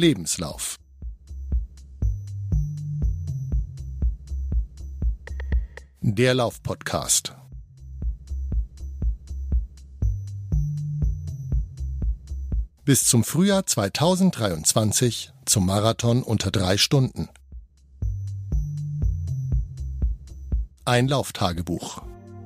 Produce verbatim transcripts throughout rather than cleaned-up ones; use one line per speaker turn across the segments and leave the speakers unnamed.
Lebenslauf. Der Lauf-Podcast. Bis zum Frühjahr zweitausenddreiundzwanzig zum Marathon unter drei Stunden. Ein Lauftagebuch.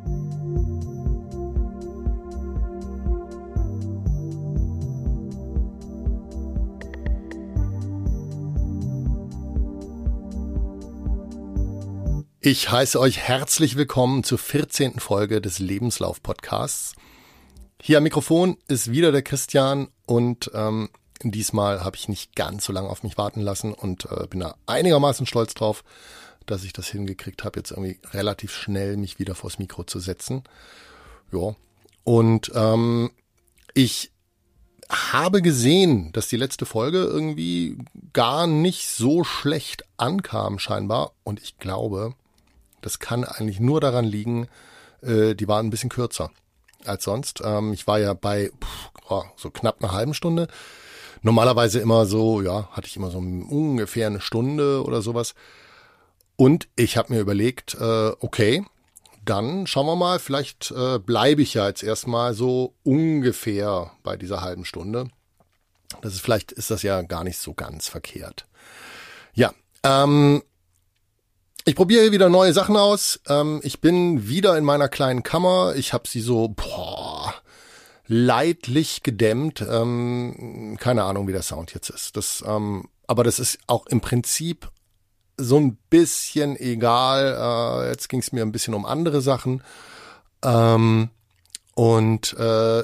Ich heiße euch herzlich willkommen zur vierzehnten Folge des Lebenslauf-Podcasts. Hier am Mikrofon ist wieder der Christian und ähm, diesmal habe ich nicht ganz so lange auf mich warten lassen und äh, bin da einigermaßen stolz drauf, dass ich das hingekriegt habe, jetzt irgendwie relativ schnell mich wieder vors Mikro zu setzen. Ja, und ähm, ich habe gesehen, dass die letzte Folge irgendwie gar nicht so schlecht ankam scheinbar und ich glaube, das kann eigentlich nur daran liegen, äh, die waren ein bisschen kürzer als sonst. Ähm, ich war ja bei pff, oh, so knapp einer halben Stunde. Normalerweise immer so, ja, hatte ich immer so ungefähr eine Stunde oder sowas. Und ich habe mir überlegt, äh, okay, dann schauen wir mal, vielleicht äh, bleibe ich ja jetzt erstmal so ungefähr bei dieser halben Stunde. Das ist, vielleicht ist das ja gar nicht so ganz verkehrt. Ja, ähm, ich probiere wieder neue Sachen aus. Ähm, ich bin wieder in meiner kleinen Kammer. Ich habe sie so boah, leidlich gedämmt. Ähm, keine Ahnung, wie der Sound jetzt ist. Das, ähm, aber das ist auch im Prinzip so ein bisschen egal. Äh, jetzt ging es mir ein bisschen um andere Sachen. Ähm, und äh,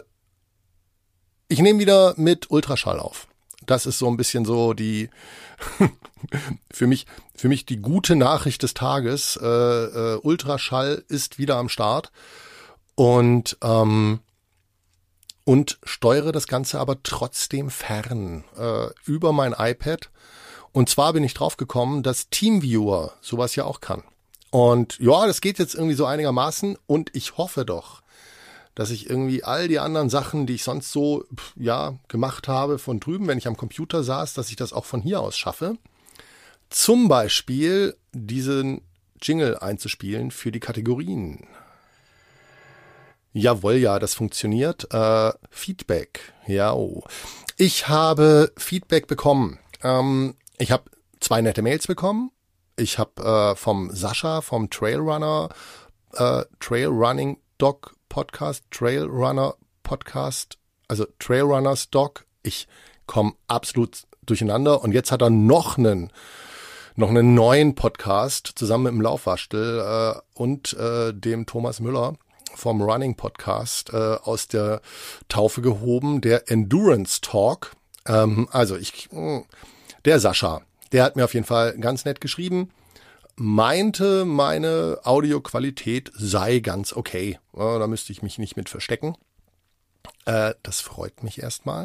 ich nehme wieder mit Ultraschall auf. Das ist so ein bisschen so die für mich für mich die gute Nachricht des Tages. Äh, äh, Ultraschall ist wieder am Start und ähm, und steuere das Ganze aber trotzdem fern äh, über mein iPad. Und zwar bin ich drauf gekommen, dass TeamViewer sowas ja auch kann. Und ja, das geht jetzt irgendwie so einigermaßen und ich hoffe doch, dass ich irgendwie all die anderen Sachen, die ich sonst so ja gemacht habe von drüben, wenn ich am Computer saß, dass ich das auch von hier aus schaffe. Zum Beispiel diesen Jingle einzuspielen für die Kategorien. Jawohl, ja, das funktioniert. Äh, Feedback, ja. Oh. Ich habe Feedback bekommen. Ähm, ich habe zwei nette Mails bekommen. Ich habe äh, vom Sascha, vom Trailrunner, äh, Trailrunning Dog Podcast, Trailrunner Podcast, also Trailrunners Dog. Ich komme absolut durcheinander und jetzt hat er noch einen noch einen neuen Podcast zusammen mit dem Laufwaschtel äh, und äh, dem Thomas Müller vom Running Podcast äh, aus der Taufe gehoben, der Endurance Talk. Ähm, also ich, der Sascha, der hat mir auf jeden Fall ganz nett geschrieben, meinte, meine Audioqualität sei ganz okay. Ja, da müsste ich mich nicht mit verstecken. Äh, das freut mich erstmal.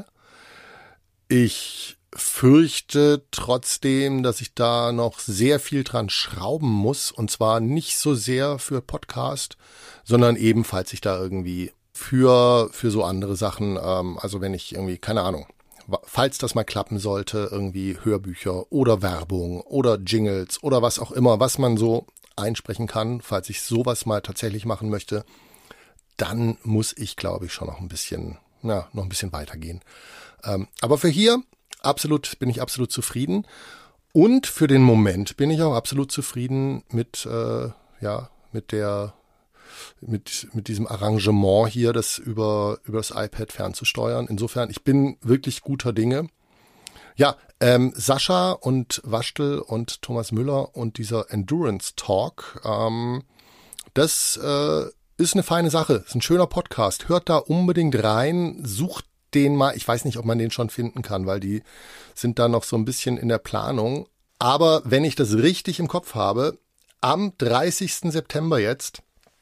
Ich fürchte trotzdem, dass ich da noch sehr viel dran schrauben muss. Und zwar nicht so sehr für Podcast, sondern eben, falls ich da irgendwie für, für so andere Sachen, ähm, also wenn ich irgendwie, keine Ahnung, falls das mal klappen sollte, irgendwie Hörbücher oder Werbung oder Jingles oder was auch immer, was man so einsprechen kann, falls ich sowas mal tatsächlich machen möchte, dann muss ich, glaube ich, schon noch ein bisschen, na, noch ein bisschen weitergehen. Ähm, aber für hier absolut, bin ich absolut zufrieden und für den Moment bin ich auch absolut zufrieden mit, äh, ja, mit der mit mit diesem Arrangement hier, das über über das iPad fernzusteuern. Insofern, ich bin wirklich guter Dinge. Ja, ähm, Sascha und Waschtel und Thomas Müller und dieser Endurance Talk, ähm, das äh, ist eine feine Sache. Ist ein schöner Podcast. Hört da unbedingt rein. Sucht den mal. Ich weiß nicht, ob man den schon finden kann, weil die sind da noch so ein bisschen in der Planung. Aber wenn ich das richtig im Kopf habe, am dreißigsten September jetzt,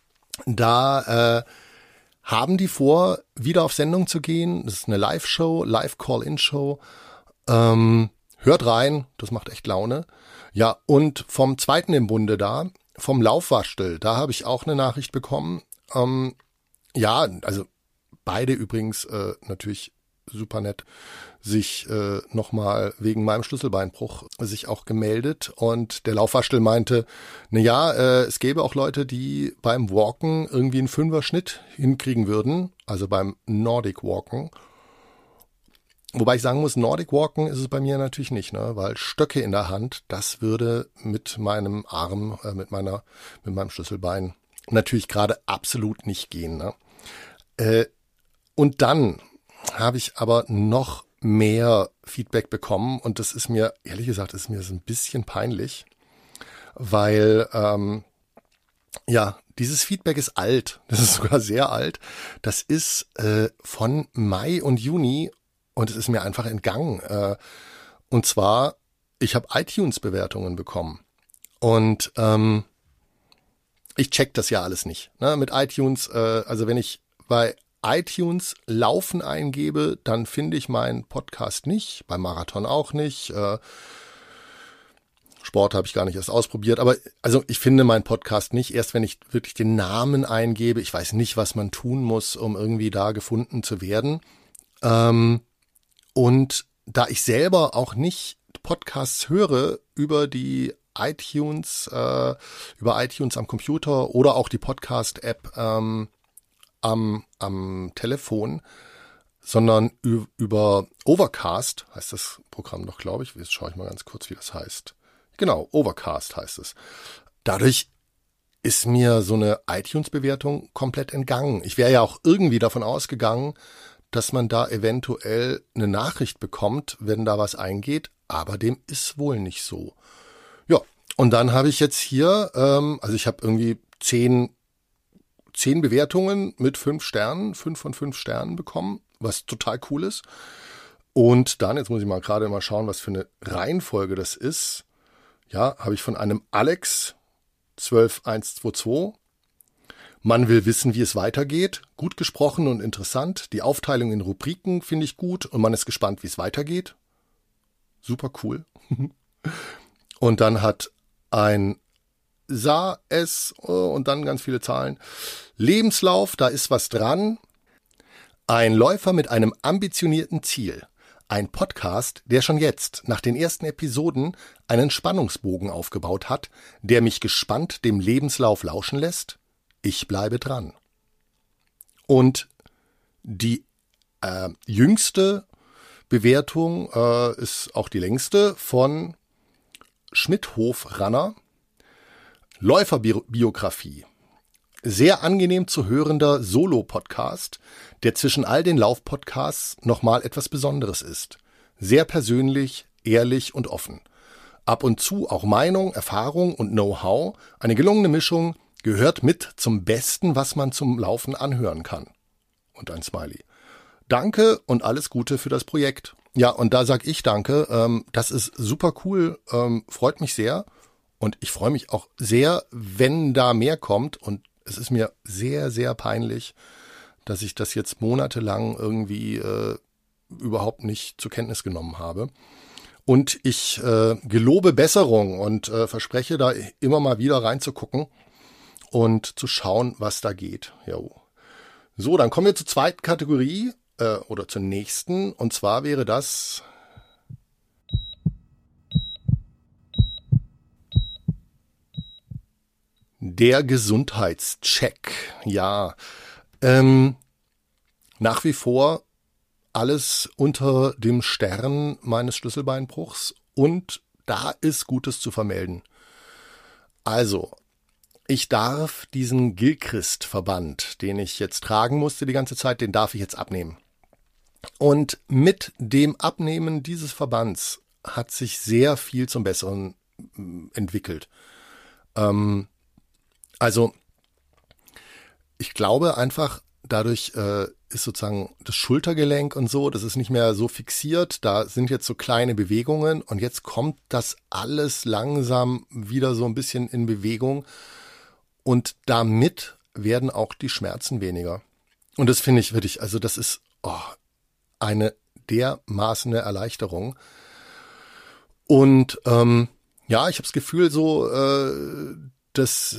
da äh, haben die vor, wieder auf Sendung zu gehen. Das ist eine Live-Show, Live-Call-In-Show. Ähm, hört rein, das macht echt Laune. Ja, und vom zweiten im Bunde da, vom Laufwaschtel, da habe ich auch eine Nachricht bekommen. Ähm, ja, also beide übrigens äh, natürlich super nett, sich äh, nochmal wegen meinem Schlüsselbeinbruch sich auch gemeldet. Und der Laufwaschel meinte, na ja, äh, es gäbe auch Leute, die beim Walken irgendwie einen Fünfer-Schnitt hinkriegen würden, also beim Nordic Walken. Wobei ich sagen muss, Nordic Walken ist es bei mir natürlich nicht, ne? Weil Stöcke in der Hand, das würde mit meinem Arm, äh, mit meiner, mit meinem Schlüsselbein natürlich gerade absolut nicht gehen, ne? Äh, und dann habe ich aber noch mehr Feedback bekommen und das ist mir, ehrlich gesagt, ist mir so ein bisschen peinlich, weil, ähm, ja, dieses Feedback ist alt, das ist sogar sehr alt, das ist äh, von Mai und Juni. Und es ist mir einfach entgangen. Und zwar, ich habe iTunes-Bewertungen bekommen. Und ähm, ich check das ja alles nicht. Ne? Mit iTunes, äh, also wenn ich bei iTunes Laufen eingebe, dann finde ich meinen Podcast nicht. Beim Marathon auch nicht. Äh, Sport habe ich gar nicht erst ausprobiert. Aber also ich finde meinen Podcast nicht. Erst wenn ich wirklich den Namen eingebe. Ich weiß nicht, was man tun muss, um irgendwie da gefunden zu werden. Ähm, Und da ich selber auch nicht Podcasts höre über die iTunes, äh, über iTunes am Computer oder auch die Podcast-App ähm, am, am Telefon, sondern ü- über Overcast, heißt das Programm doch, glaube ich. Jetzt schaue ich mal ganz kurz, wie das heißt. Genau, Overcast heißt es. Dadurch ist mir so eine iTunes-Bewertung komplett entgangen. Ich wäre ja auch irgendwie davon ausgegangen, dass man da eventuell eine Nachricht bekommt, wenn da was eingeht, aber dem ist wohl nicht so. Ja, und dann habe ich jetzt hier, ähm, also ich habe irgendwie zehn, zehn Bewertungen mit fünf Sternen, fünf von fünf Sternen bekommen, was total cool ist. Und dann, jetzt muss ich mal gerade mal schauen, was für eine Reihenfolge das ist. Ja, habe ich von einem Alex zwölf eins zwei zwei. Man will wissen, wie es weitergeht. Gut gesprochen und interessant. Die Aufteilung in Rubriken finde ich gut und man ist gespannt, wie es weitergeht. Super cool. Und dann hat ein Sa es und dann ganz viele Zahlen. Lebenslauf, da ist was dran. Ein Läufer mit einem ambitionierten Ziel. Ein Podcast, der schon jetzt, nach den ersten Episoden, einen Spannungsbogen aufgebaut hat, der mich gespannt dem Lebenslauf lauschen lässt. Ich bleibe dran. Und die äh, jüngste Bewertung äh, ist auch die längste von Schmidthof-Ranner. Läuferbiografie. Sehr angenehm zu hörender Solo-Podcast, der zwischen all den Lauf-Podcasts nochmal etwas Besonderes ist. Sehr persönlich, ehrlich und offen. Ab und zu auch Meinung, Erfahrung und Know-how, eine gelungene Mischung, gehört mit zum Besten, was man zum Laufen anhören kann. Und ein Smiley. Danke und alles Gute für das Projekt. Ja, und da sag ich danke. Ähm, das ist super cool, ähm, freut mich sehr. Und ich freue mich auch sehr, wenn da mehr kommt. Und es ist mir sehr, sehr peinlich, dass ich das jetzt monatelang irgendwie äh, überhaupt nicht zur Kenntnis genommen habe. Und ich äh, gelobe Besserung und äh, verspreche da immer mal wieder reinzugucken und zu schauen, was da geht. Jo. So, dann kommen wir zur zweiten Kategorie äh, oder zur nächsten. Und zwar wäre das der Gesundheitscheck. Ja, ähm, nach wie vor alles unter dem Stern meines Schlüsselbeinbruchs und da ist Gutes zu vermelden. Also, ich darf diesen Gilchrist-Verband, den ich jetzt tragen musste die ganze Zeit, den darf ich jetzt abnehmen. Und mit dem Abnehmen dieses Verbands hat sich sehr viel zum Besseren entwickelt. Ähm, also, ich glaube einfach, dadurch äh, ist sozusagen das Schultergelenk und so, das ist nicht mehr so fixiert, da sind jetzt so kleine Bewegungen und jetzt kommt das alles langsam wieder so ein bisschen in Bewegung und damit werden auch die Schmerzen weniger. Und das finde ich wirklich, also das ist oh, eine dermaßen Erleichterung. Und ähm, ja, ich habe das Gefühl so, äh, das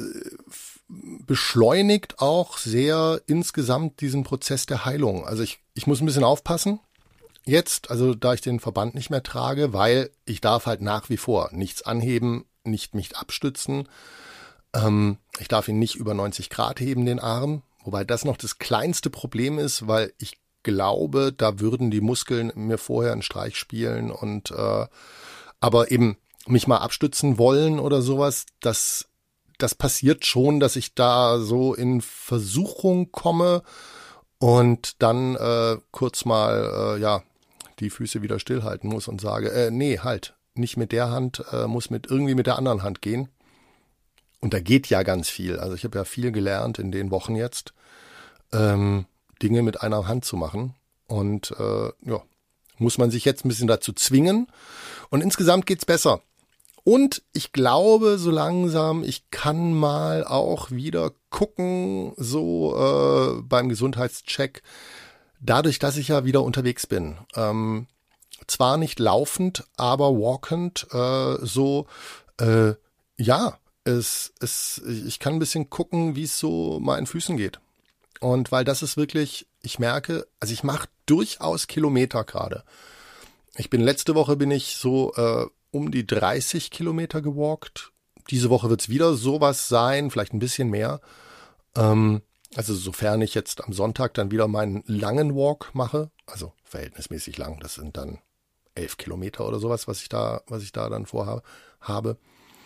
beschleunigt auch sehr insgesamt diesen Prozess der Heilung. Also ich, ich muss ein bisschen aufpassen, jetzt, also da ich den Verband nicht mehr trage, weil ich darf halt nach wie vor nichts anheben, nicht mich abstützen. Ähm, ich darf ihn nicht über neunzig Grad heben, den Arm, wobei das noch das kleinste Problem ist, weil ich glaube, da würden die Muskeln mir vorher einen Streich spielen und äh, aber eben mich mal abstützen wollen oder sowas, das, das passiert schon, dass ich da so in Versuchung komme und dann äh, kurz mal, äh, ja, die Füße wieder stillhalten muss und sage, äh, nee, halt, nicht mit der Hand, äh, muss mit irgendwie mit der anderen Hand gehen. Und da geht ja ganz viel. Also ich habe ja viel gelernt in den Wochen jetzt, ähm, Dinge mit einer Hand zu machen. Und äh, ja, muss man sich jetzt ein bisschen dazu zwingen. Und insgesamt geht's besser. Und ich glaube, so langsam, ich kann mal auch wieder gucken, so äh, beim Gesundheitscheck, dadurch, dass ich ja wieder unterwegs bin. Ähm, zwar nicht laufend, aber walkend, äh, so, äh, ja, es, es, ich kann ein bisschen gucken, wie es so meinen Füßen geht. Und weil das ist wirklich, ich merke, also ich mache durchaus Kilometer gerade. Ich bin letzte Woche bin ich so äh, um die dreißig Kilometer gewalkt. Diese Woche wird es wieder sowas sein, vielleicht ein bisschen mehr. Ähm, also sofern ich jetzt am Sonntag dann wieder meinen langen Walk mache, also verhältnismäßig lang, das sind dann elf Kilometer oder sowas, was ich da, was ich da dann vorhabe. Habe.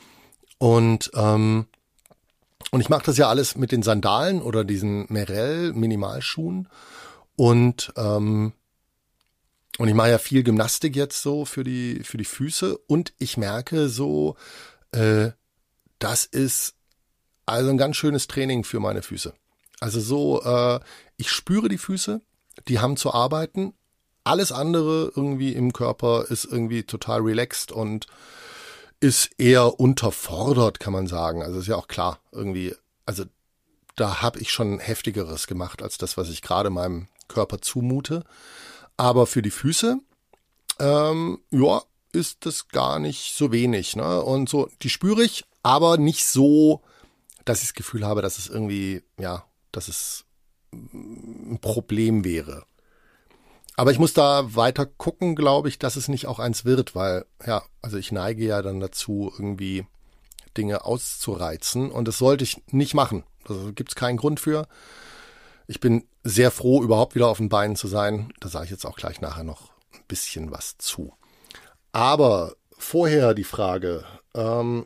Und ähm, und ich mache das ja alles mit den Sandalen oder diesen Merrell Minimalschuhen und ähm, und ich mache ja viel Gymnastik jetzt so für die für die Füße und ich merke so, äh, das ist also ein ganz schönes Training für meine Füße. Also so, äh, ich spüre die Füße, die haben zu arbeiten. Alles andere irgendwie im Körper ist irgendwie total relaxed und ist eher unterfordert, kann man sagen. Also ist ja auch klar, irgendwie, also da habe ich schon heftigeres gemacht als das, was ich gerade meinem Körper zumute. Aber für die Füße, ähm, ja, ist das gar nicht so wenig, ne? Und so, die spüre ich, aber nicht so, dass ich das Gefühl habe, dass es irgendwie, ja, dass es ein Problem wäre. Aber ich muss da weiter gucken, glaube ich, dass es nicht auch eins wird, weil, ja, also ich neige ja dann dazu, irgendwie Dinge auszureizen und das sollte ich nicht machen. Also gibt es keinen Grund für. Ich bin sehr froh, überhaupt wieder auf den Beinen zu sein. Da sage ich jetzt auch gleich nachher noch ein bisschen was zu. Aber vorher die Frage, ähm,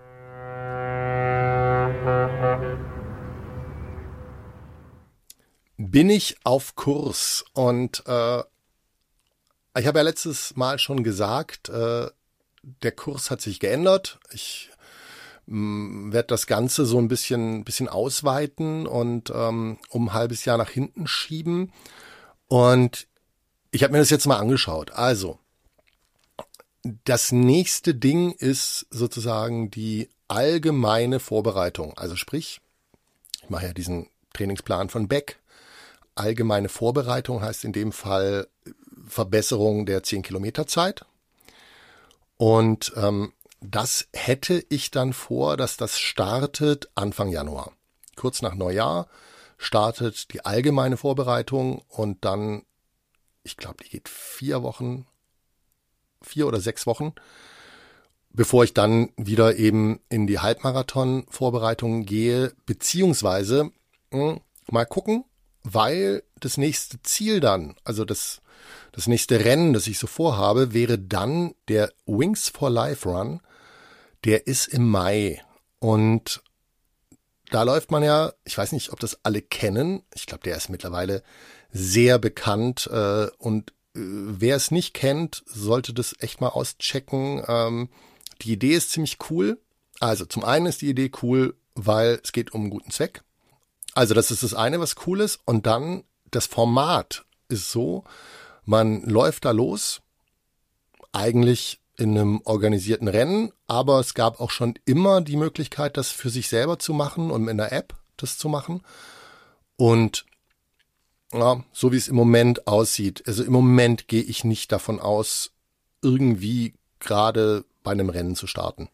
bin ich auf Kurs? Und äh, ich habe ja letztes Mal schon gesagt, äh, der Kurs hat sich geändert. Ich werde das Ganze so ein bisschen, bisschen ausweiten und ähm, um ein halbes Jahr nach hinten schieben. Und ich habe mir das jetzt mal angeschaut. Also, das nächste Ding ist sozusagen die allgemeine Vorbereitung. Also sprich, ich mache ja diesen Trainingsplan von Beck. Allgemeine Vorbereitung heißt in dem Fall Verbesserung der zehn Kilometer Zeit. Und ähm, das hätte ich dann vor, dass das startet Anfang Januar. Kurz nach Neujahr startet die allgemeine Vorbereitung und dann, ich glaube, die geht vier Wochen, vier oder sechs Wochen, bevor ich dann wieder eben in die Halbmarathon-Vorbereitung gehe, beziehungsweise mh, mal gucken, weil das nächste Ziel dann, also das Das nächste Rennen, das ich so vorhabe, wäre dann der Wings for Life Run. Der ist im Mai. Und da läuft man ja, ich weiß nicht, ob das alle kennen. Ich glaube, der ist mittlerweile sehr bekannt. Äh, und äh, wer es nicht kennt, sollte das echt mal auschecken. Ähm, die Idee ist ziemlich cool. Also zum einen ist die Idee cool, weil es geht um einen guten Zweck. Also das ist das eine, was cool ist. Und dann das Format ist so, man läuft da los, eigentlich in einem organisierten Rennen, aber es gab auch schon immer die Möglichkeit, das für sich selber zu machen und in der App das zu machen. Und ja, so wie es im Moment aussieht, also im Moment gehe ich nicht davon aus, irgendwie gerade bei einem Rennen zu starten.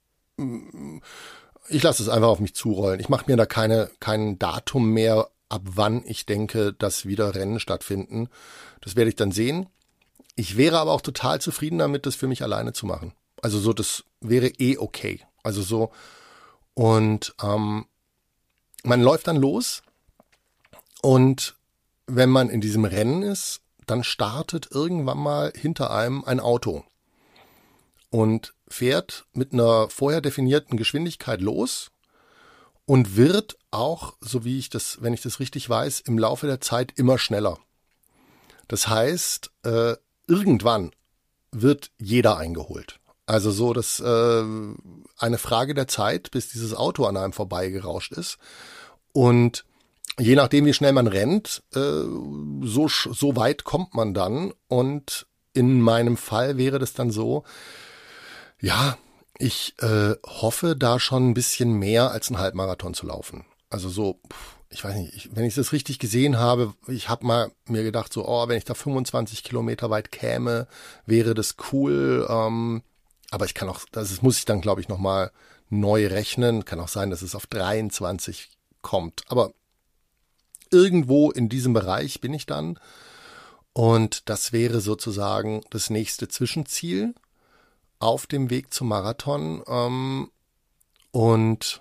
Ich lasse es einfach auf mich zurollen. Ich mache mir da keine kein Datum mehr, ab wann ich denke, dass wieder Rennen stattfinden. Das werde ich dann sehen. Ich wäre aber auch total zufrieden damit, das für mich alleine zu machen. Also so, das wäre eh okay. Also so, und ähm, man läuft dann los und wenn man in diesem Rennen ist, dann startet irgendwann mal hinter einem ein Auto und fährt mit einer vorher definierten Geschwindigkeit los und wird auch, so wie ich das, wenn ich das richtig weiß, im Laufe der Zeit immer schneller. Das heißt, äh, irgendwann wird jeder eingeholt. Also so, dass äh, eine Frage der Zeit, bis dieses Auto an einem vorbeigerauscht ist. Und je nachdem, wie schnell man rennt, äh, so, so weit kommt man dann. Und in meinem Fall wäre das dann so, ja, ich äh, hoffe, da schon ein bisschen mehr als einen Halbmarathon zu laufen. Also so, ich weiß nicht, ich, wenn ich das richtig gesehen habe, ich habe mal mir gedacht, so, oh, wenn ich da fünfundzwanzig Kilometer weit käme, wäre das cool. Ähm, aber ich kann auch, das muss ich dann, glaube ich, nochmal neu rechnen. Kann auch sein, dass es auf dreiundzwanzig kommt. Aber irgendwo in diesem Bereich bin ich dann. Und das wäre sozusagen das nächste Zwischenziel auf dem Weg zum Marathon. Ähm, und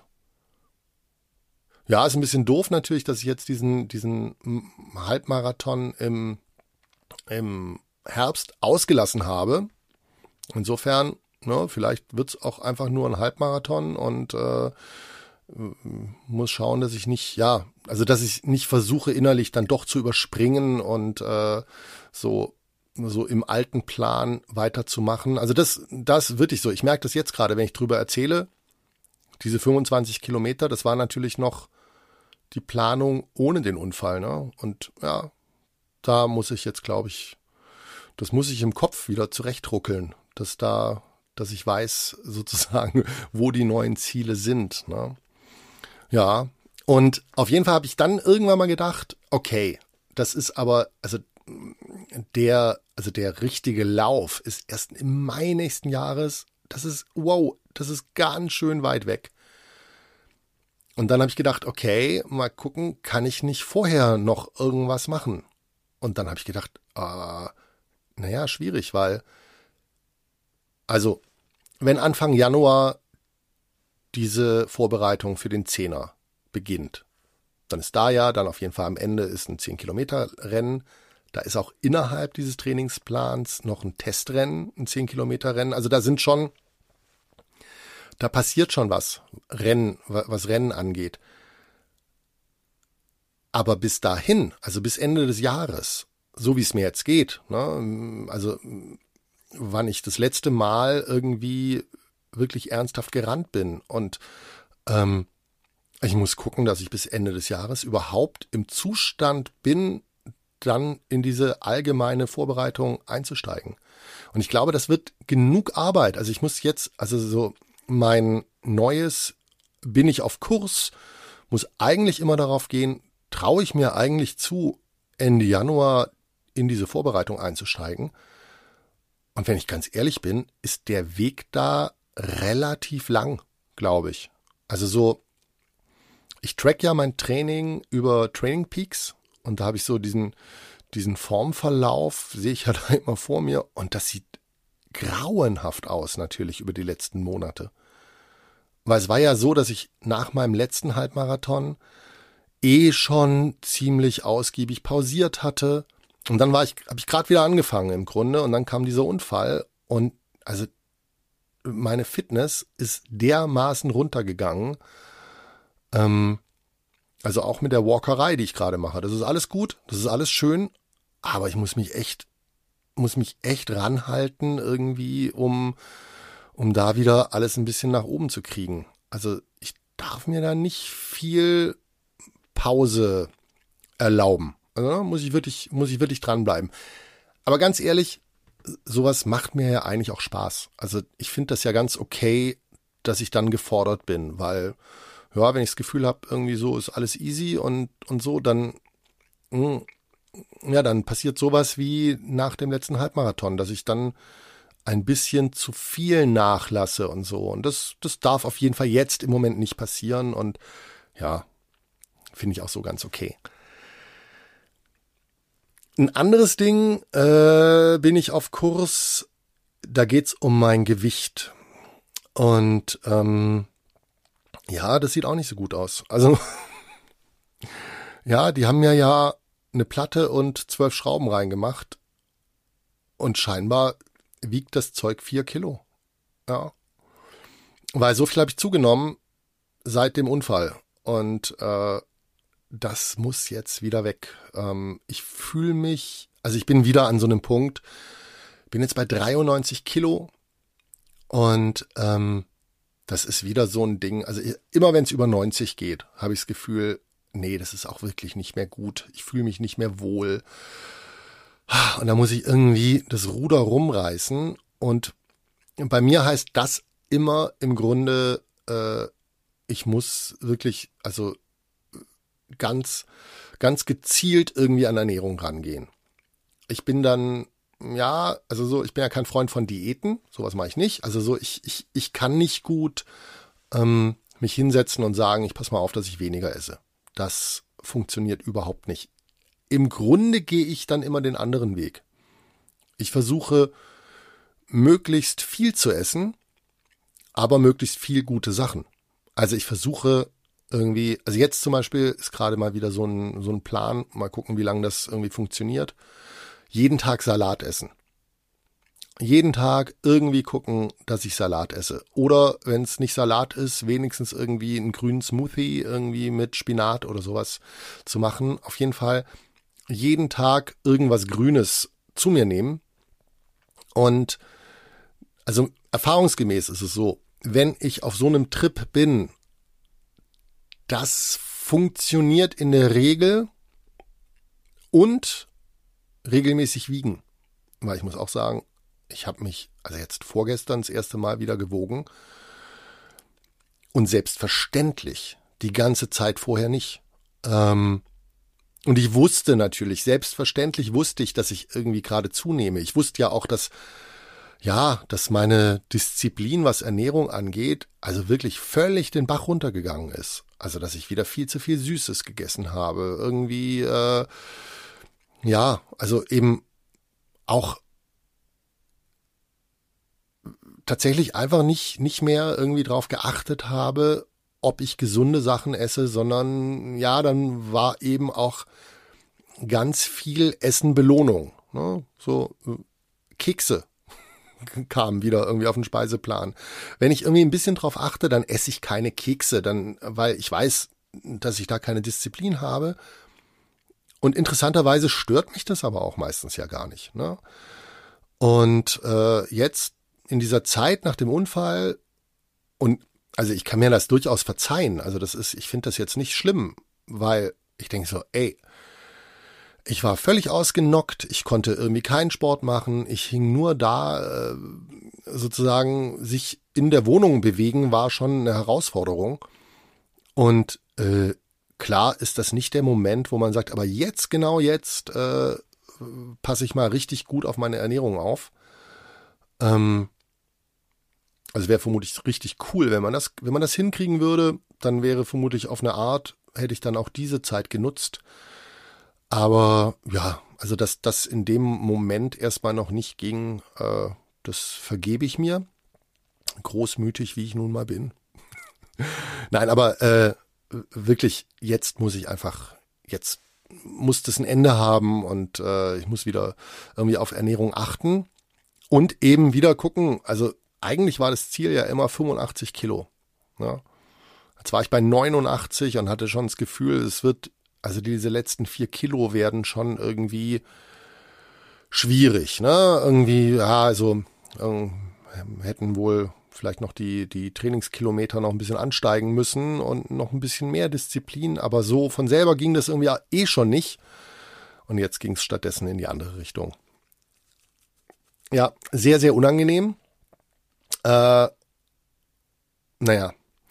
ja, ist ein bisschen doof natürlich, dass ich jetzt diesen, diesen Halbmarathon im, im Herbst ausgelassen habe. Insofern, ne, vielleicht wird's auch einfach nur ein Halbmarathon und äh, muss schauen, dass ich nicht, ja, also dass ich nicht versuche, innerlich dann doch zu überspringen und äh, so so im alten Plan weiterzumachen. Also das, das wirklich so. Ich merke das jetzt gerade, wenn ich drüber erzähle. Diese fünfundzwanzig Kilometer, das war natürlich noch die Planung ohne den Unfall, ne? Und ja, da muss ich jetzt, glaube ich, das muss ich im Kopf wieder zurechtruckeln, dass da, dass ich weiß sozusagen, wo die neuen Ziele sind, ne? Ja, und auf jeden Fall habe ich dann irgendwann mal gedacht, okay, das ist aber, also der, also der richtige Lauf ist erst im Mai nächsten Jahres. Das ist, wow, das ist ganz schön weit weg. Und dann habe ich gedacht, okay, mal gucken, kann ich nicht vorher noch irgendwas machen? Und dann habe ich gedacht, äh, naja, schwierig, weil, also, wenn Anfang Januar diese Vorbereitung für den Zehner beginnt, dann ist da ja, dann auf jeden Fall am Ende ist ein zehn Kilometer Rennen. Da ist auch innerhalb dieses Trainingsplans noch ein Testrennen, ein zehn Kilometer Rennen. Also da sind schon, da passiert schon was, Rennen, was Rennen angeht. Aber bis dahin, also bis Ende des Jahres, so wie es mir jetzt geht, ne, also wann ich das letzte Mal irgendwie wirklich ernsthaft gerannt bin und ähm, ich muss gucken, dass ich bis Ende des Jahres überhaupt im Zustand bin, dann in diese allgemeine Vorbereitung einzusteigen. Und ich glaube, das wird genug Arbeit. Also ich muss jetzt, also so mein neues, bin ich auf Kurs, muss eigentlich immer darauf gehen, traue ich mir eigentlich zu, Ende Januar in diese Vorbereitung einzusteigen. Und wenn ich ganz ehrlich bin, ist der Weg da relativ lang, glaube ich. Also so, ich track ja mein Training über Training Peaks. Und da habe ich so diesen, diesen Formverlauf, sehe ich ja da immer vor mir. Und das sieht grauenhaft aus, natürlich, über die letzten Monate. Weil es war ja so, dass ich nach meinem letzten Halbmarathon eh schon ziemlich ausgiebig pausiert hatte. Und dann war ich, habe ich gerade wieder angefangen im Grunde. Und dann kam dieser Unfall. Und also meine Fitness ist dermaßen runtergegangen. Ähm, Also auch mit der Walkerei, die ich gerade mache. Das ist alles gut, das ist alles schön, aber ich muss mich echt, muss mich echt ranhalten irgendwie, um, um da wieder alles ein bisschen nach oben zu kriegen. Also ich darf mir da nicht viel Pause erlauben. Also muss ich wirklich, muss ich wirklich dranbleiben. Aber ganz ehrlich, sowas macht mir ja eigentlich auch Spaß. Also ich finde das ja ganz okay, dass ich dann gefordert bin, weil ja, wenn ich das Gefühl habe, irgendwie so ist alles easy und, und so, dann, mh, ja, dann passiert sowas wie nach dem letzten Halbmarathon, dass ich dann ein bisschen zu viel nachlasse und so. Und das, das darf auf jeden Fall jetzt im Moment nicht passieren und ja, finde ich auch so ganz okay. Ein anderes Ding, äh, bin ich auf Kurs, da geht's um mein Gewicht. Und ähm, ja, das sieht auch nicht so gut aus. Also ja, die haben mir ja eine Platte und zwölf Schrauben reingemacht und scheinbar wiegt das Zeug vier Kilo. Ja, weil so viel habe ich zugenommen seit dem Unfall und äh, das muss jetzt wieder weg. Ähm, ich fühle mich, also ich bin wieder an so einem Punkt, bin jetzt bei dreiundneunzig Kilo und ähm, das ist wieder so ein Ding. Also immer wenn es über neunzig geht, habe ich das Gefühl, nee, das ist auch wirklich nicht mehr gut. Ich fühle mich nicht mehr wohl. Und da muss ich irgendwie das Ruder rumreißen. Und bei mir heißt das immer im Grunde, äh, ich muss wirklich, also ganz, ganz gezielt irgendwie an Ernährung rangehen. Ich bin dann, ja, also so, ich bin ja kein Freund von Diäten, sowas mache ich nicht. Also so, ich, ich, ich kann nicht gut ähm, mich hinsetzen und sagen, ich passe mal auf, dass ich weniger esse. Das funktioniert überhaupt nicht. Im Grunde gehe ich dann immer den anderen Weg. Ich versuche, möglichst viel zu essen, aber möglichst viel gute Sachen. Also ich versuche irgendwie, also jetzt zum Beispiel ist gerade mal wieder so ein, so ein Plan, mal gucken, wie lange das irgendwie funktioniert. Jeden Tag Salat essen. Jeden Tag irgendwie gucken, dass ich Salat esse. Oder wenn es nicht Salat ist, wenigstens irgendwie einen grünen Smoothie irgendwie mit Spinat oder sowas zu machen. Auf jeden Fall jeden Tag irgendwas Grünes zu mir nehmen. Und also erfahrungsgemäß ist es so, wenn ich auf so einem Trip bin, das funktioniert in der Regel und regelmäßig wiegen. Weil ich muss auch sagen, ich habe mich, also jetzt vorgestern das erste Mal wieder gewogen und selbstverständlich die ganze Zeit vorher nicht. Ähm, und ich wusste natürlich, selbstverständlich wusste ich, dass ich irgendwie gerade zunehme. Ich wusste ja auch, dass ja, dass meine Disziplin, was Ernährung angeht, also wirklich völlig den Bach runtergegangen ist. Also, dass ich wieder viel zu viel Süßes gegessen habe. Irgendwie, äh, ja, also eben auch tatsächlich einfach nicht, nicht mehr irgendwie drauf geachtet habe, ob ich gesunde Sachen esse, sondern ja, dann war eben auch ganz viel Essen Belohnung. Ne? So äh, Kekse kam wieder irgendwie auf den Speiseplan. Wenn ich irgendwie ein bisschen drauf achte, dann esse ich keine Kekse, dann, weil ich weiß, dass ich da keine Disziplin habe. Und interessanterweise stört mich das aber auch meistens ja gar nicht. Ne? Und äh, jetzt in dieser Zeit nach dem Unfall, und also ich kann mir das durchaus verzeihen, also das ist, ich finde das jetzt nicht schlimm, weil ich denke so, ey, ich war völlig ausgenockt, ich konnte irgendwie keinen Sport machen, ich hing nur da, äh, sozusagen sich in der Wohnung bewegen war schon eine Herausforderung. Und äh, klar ist das nicht der Moment, wo man sagt, aber jetzt, genau jetzt, äh, passe ich mal richtig gut auf meine Ernährung auf. Ähm, also wäre vermutlich richtig cool, wenn man das, wenn man das hinkriegen würde, dann wäre vermutlich auf eine Art, hätte ich dann auch diese Zeit genutzt. Aber ja, also dass das in dem Moment erstmal noch nicht ging, äh, das vergebe ich mir. Großmütig, wie ich nun mal bin. Nein, aber äh, wirklich, jetzt muss ich einfach, jetzt muss das ein Ende haben und äh, ich muss wieder irgendwie auf Ernährung achten und eben wieder gucken, also eigentlich war das Ziel ja immer fünfundachtzig Kilo. Ja. Jetzt war ich bei neunundachtzig und hatte schon das Gefühl, es wird, also diese letzten vier Kilo werden schon irgendwie schwierig. Ne? Irgendwie, ja, also äh, hätten wohl vielleicht noch die, die Trainingskilometer noch ein bisschen ansteigen müssen und noch ein bisschen mehr Disziplin, aber so von selber ging das irgendwie eh schon nicht. Und jetzt ging es stattdessen in die andere Richtung. Ja, sehr, sehr unangenehm. Äh, naja.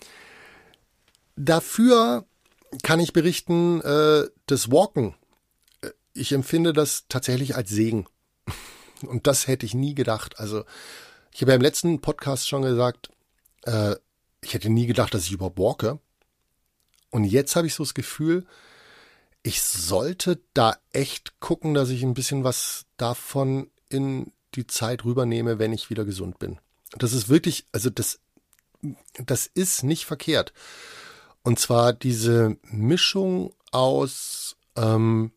Dafür kann ich berichten, äh, das Walken. Ich empfinde das tatsächlich als Segen. Und das hätte ich nie gedacht. Also ich habe ja im letzten Podcast schon gesagt, äh, ich hätte nie gedacht, dass ich überhaupt walke. Und jetzt habe ich so das Gefühl, ich sollte da echt gucken, dass ich ein bisschen was davon in die Zeit rübernehme, wenn ich wieder gesund bin. Das ist wirklich, also das, das ist nicht verkehrt. Und zwar diese Mischung aus ähm,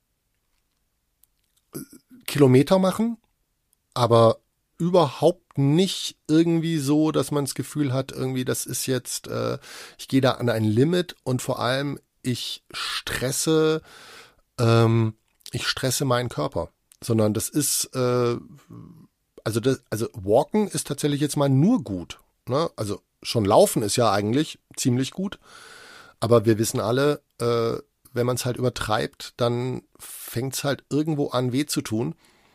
Kilometer machen, aber überhaupt nicht irgendwie so, dass man das Gefühl hat, irgendwie das ist jetzt, äh, ich gehe da an ein Limit und vor allem ich stresse, ähm, ich stresse meinen Körper, sondern das ist, äh, also das, also Walken ist tatsächlich jetzt mal nur gut, ne? Also schon Laufen ist ja eigentlich ziemlich gut, aber wir wissen alle, äh, wenn man es halt übertreibt, dann fängt es halt irgendwo an weh zu tun.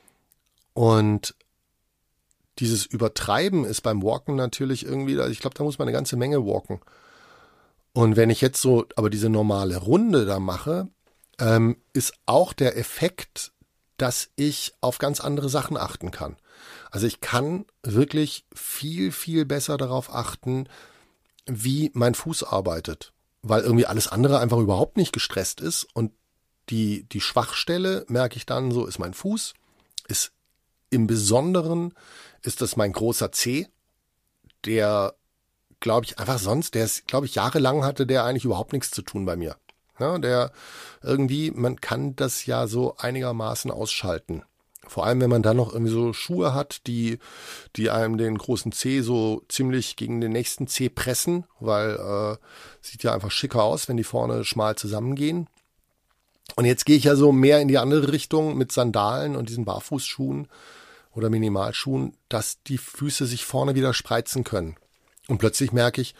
Und dieses Übertreiben ist beim Walken natürlich irgendwie, also ich glaube, da muss man eine ganze Menge walken. Und wenn ich jetzt so aber diese normale Runde da mache, ähm, ist auch der Effekt, dass ich auf ganz andere Sachen achten kann. Also ich kann wirklich viel, viel besser darauf achten, wie mein Fuß arbeitet, weil irgendwie alles andere einfach überhaupt nicht gestresst ist. Und die, die Schwachstelle, merke ich dann, so ist mein Fuß, ist im Besonderen ist das mein großer Zeh, der, glaube ich, einfach sonst, der ist, glaube ich, jahrelang hatte der eigentlich überhaupt nichts zu tun bei mir. Ja, der irgendwie, man kann das ja so einigermaßen ausschalten. Vor allem, wenn man dann noch irgendwie so Schuhe hat, die, die einem den großen Zeh so ziemlich gegen den nächsten Zeh pressen, weil äh, sieht ja einfach schicker aus, wenn die vorne schmal zusammengehen. Und jetzt gehe ich ja so mehr in die andere Richtung mit Sandalen und diesen Barfußschuhen oder Minimalschuhen, dass die Füße sich vorne wieder spreizen können. Und plötzlich merke ich,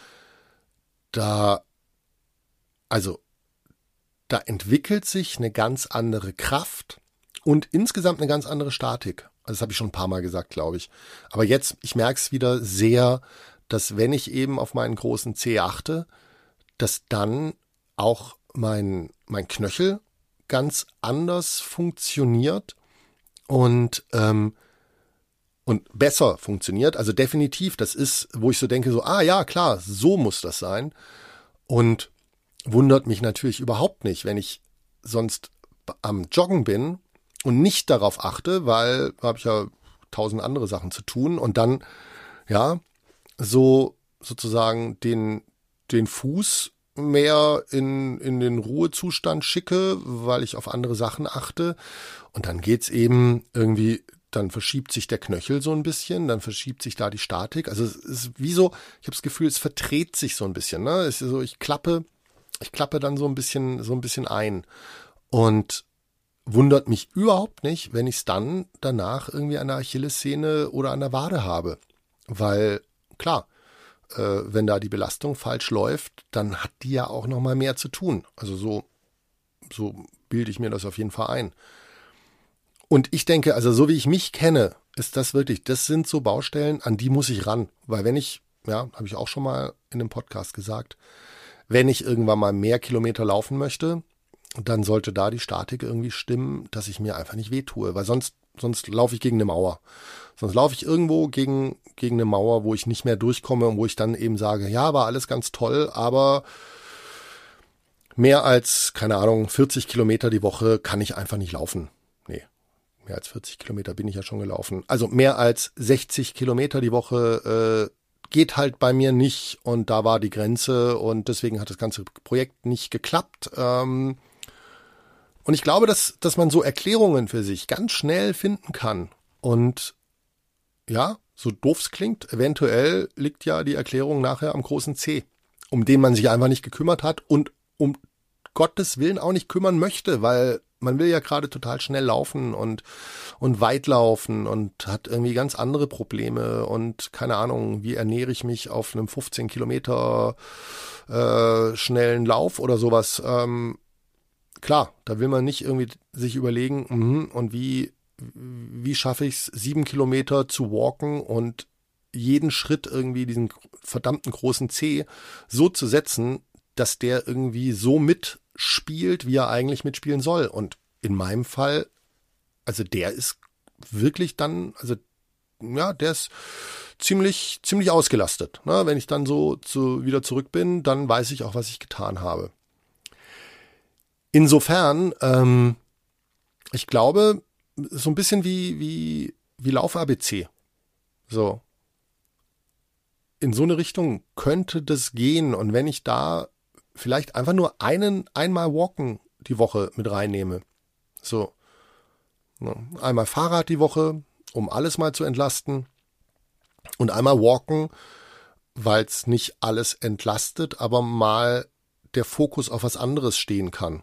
da, also, da entwickelt sich eine ganz andere Kraft und insgesamt eine ganz andere Statik. Also das habe ich schon ein paar Mal gesagt, glaube ich. Aber jetzt, ich merke es wieder sehr, dass wenn ich eben auf meinen großen Zeh achte, dass dann auch mein, mein Knöchel ganz anders funktioniert und ähm, und besser funktioniert. Also definitiv, das ist, wo ich so denke, so, ah ja, klar, so muss das sein. Und wundert mich natürlich überhaupt nicht, wenn ich sonst am Joggen bin und nicht darauf achte, weil habe ich ja tausend andere Sachen zu tun und dann, ja, so sozusagen den, den Fuß mehr in, in den Ruhezustand schicke, weil ich auf andere Sachen achte. Und dann geht's eben irgendwie, dann verschiebt sich der Knöchel so ein bisschen, dann verschiebt sich da die Statik. Also es ist wie so, ich habe das Gefühl, es verdreht sich so ein bisschen. Ne? Es ist so, ich klappe, ich klappe dann so ein bisschen, so ein bisschen ein. Und wundert mich überhaupt nicht, wenn ich es dann danach irgendwie an der Achillessehne oder an der Wade habe. Weil, klar, äh, wenn da die Belastung falsch läuft, dann hat die ja auch noch mal mehr zu tun. Also so, so bilde ich mir das auf jeden Fall ein. Und ich denke, also so wie ich mich kenne, ist das wirklich, das sind so Baustellen, an die muss ich ran. Weil wenn ich, ja, habe ich auch schon mal in einem Podcast gesagt, wenn ich irgendwann mal mehr Kilometer laufen möchte, dann sollte da die Statik irgendwie stimmen, dass ich mir einfach nicht wehtue. Weil sonst, sonst laufe ich gegen eine Mauer. Sonst laufe ich irgendwo gegen, gegen eine Mauer, wo ich nicht mehr durchkomme und wo ich dann eben sage, ja, war alles ganz toll, aber mehr als, keine Ahnung, vierzig Kilometer die Woche kann ich einfach nicht laufen. Nee. Mehr als vierzig Kilometer bin ich ja schon gelaufen. Also mehr als sechzig Kilometer die Woche äh, geht halt bei mir nicht. Und da war die Grenze und deswegen hat das ganze Projekt nicht geklappt. Ähm, und ich glaube, dass, dass man so Erklärungen für sich ganz schnell finden kann. Und ja, so doof es klingt, eventuell liegt ja die Erklärung nachher am großen C, um den man sich einfach nicht gekümmert hat und um Gottes Willen auch nicht kümmern möchte, weil man will ja gerade total schnell laufen und, und weit laufen und hat irgendwie ganz andere Probleme und keine Ahnung, wie ernähre ich mich auf einem fünfzehn Kilometer äh, schnellen Lauf oder sowas. Ähm, klar, da will man nicht irgendwie sich überlegen, mh, und wie, wie schaffe ich es, sieben Kilometer zu walken und jeden Schritt irgendwie diesen verdammten großen C so zu setzen, dass der irgendwie so mitspielt, wie er eigentlich mitspielen soll. Und in meinem Fall, also der ist wirklich dann, also ja, der ist ziemlich, ziemlich ausgelastet. Ne? Wenn ich dann so zu, wieder zurück bin, dann weiß ich auch, was ich getan habe. Insofern, ähm, ich glaube, so ein bisschen wie, wie, wie Lauf-A B C. So. In so eine Richtung könnte das gehen. Und wenn ich da vielleicht einfach nur einen, einmal Walken die Woche mit reinnehme. So. Einmal Fahrrad die Woche, um alles mal zu entlasten. Und einmal Walken, weil es nicht alles entlastet, aber mal der Fokus auf was anderes stehen kann.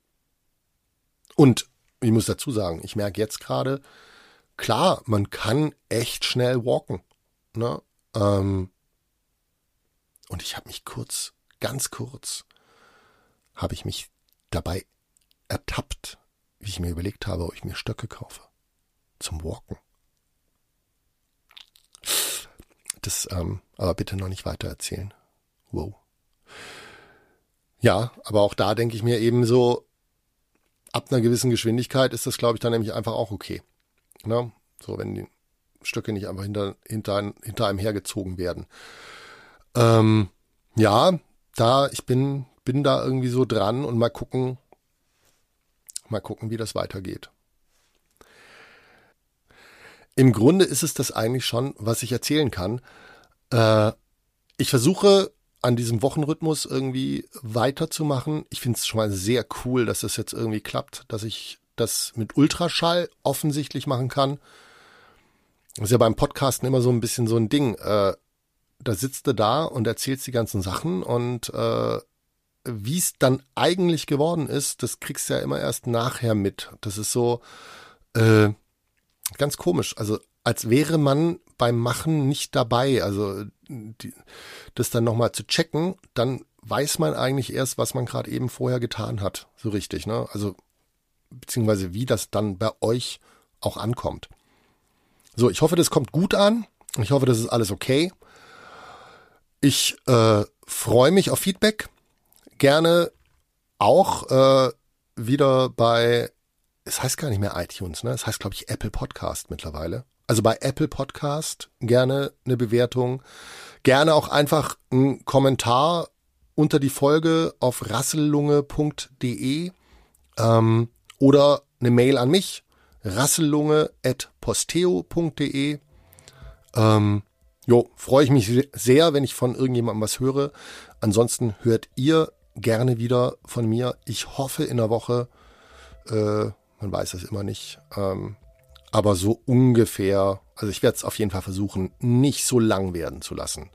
Und ich muss dazu sagen, ich merke jetzt gerade, klar, man kann echt schnell walken. Ne? Ähm, und ich habe mich kurz, ganz kurz, habe ich mich dabei ertappt, wie ich mir überlegt habe, ob ich mir Stöcke kaufe. Zum Walken. Das, ähm, aber bitte noch nicht weiter erzählen. Wow. Ja, aber auch da denke ich mir eben so, ab einer gewissen Geschwindigkeit ist das, glaube ich, dann nämlich einfach auch okay. Ne? So, wenn die Stöcke nicht einfach hinter, hinter, hinter einem hergezogen werden. Ähm, ja, da, ich bin, bin da irgendwie so dran und mal gucken, mal gucken, wie das weitergeht. Im Grunde ist es das eigentlich schon, was ich erzählen kann. Äh, ich versuche an diesem Wochenrhythmus irgendwie weiterzumachen. Ich finde es schon mal sehr cool, dass das jetzt irgendwie klappt, dass ich das mit Ultraschall offensichtlich machen kann. Das ist ja beim Podcasten immer so ein bisschen so ein Ding. Äh, da sitzt du da und erzählst die ganzen Sachen und äh, wie es dann eigentlich geworden ist, das kriegst du ja immer erst nachher mit. Das ist so äh, ganz komisch. Also als wäre man beim Machen nicht dabei. Also die, das dann nochmal zu checken, dann weiß man eigentlich erst, was man gerade eben vorher getan hat. So richtig, ne? Also beziehungsweise wie das dann bei euch auch ankommt. So, ich hoffe, das kommt gut an. Ich hoffe, das ist alles okay. Ich äh, freue mich auf Feedback. Gerne auch äh, wieder bei, es heißt gar nicht mehr iTunes, ne? Es heißt, glaube ich, Apple Podcast mittlerweile. Also bei Apple Podcast gerne eine Bewertung. Gerne auch einfach einen Kommentar unter die Folge auf rassellunge punkt de ähm, oder eine Mail an mich, rassellunge at posteo punkt de. Ähm, jo, freue ich mich sehr, wenn ich von irgendjemandem was höre. Ansonsten hört ihr gerne wieder von mir. Ich hoffe in der Woche, äh, man weiß es immer nicht, ähm, aber so ungefähr, also ich werde es auf jeden Fall versuchen, nicht so lang werden zu lassen.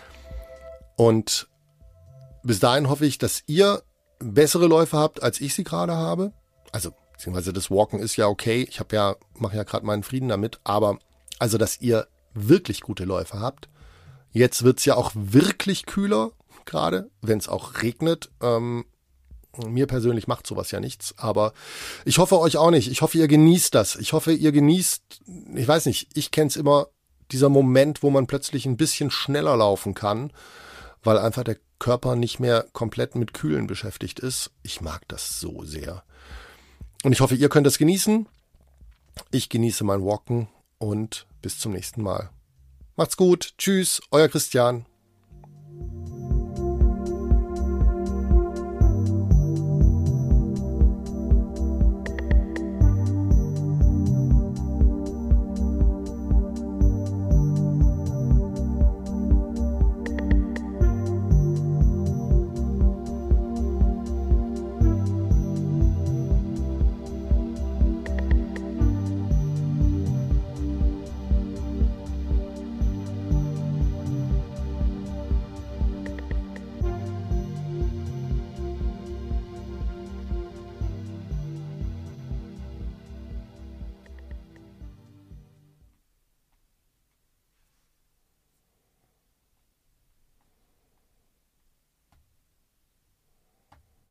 Und bis dahin hoffe ich, dass ihr bessere Läufe habt, als ich sie gerade habe. Also, beziehungsweise das Walken ist ja okay. Ich habe ja, mache ja gerade meinen Frieden damit. Aber, also, dass ihr wirklich gute Läufe habt. Jetzt wird's ja auch wirklich kühler, gerade, wenn es auch regnet. Ähm, mir persönlich macht sowas ja nichts. Aber ich hoffe euch auch nicht. Ich hoffe, ihr genießt das. Ich hoffe, ihr genießt, ich weiß nicht, ich kenne es immer, dieser Moment, wo man plötzlich ein bisschen schneller laufen kann, weil einfach der Körper nicht mehr komplett mit Kühlen beschäftigt ist. Ich mag das so sehr. Und ich hoffe, ihr könnt das genießen. Ich genieße mein Walken und bis zum nächsten Mal. Macht's gut. Tschüss, euer Christian.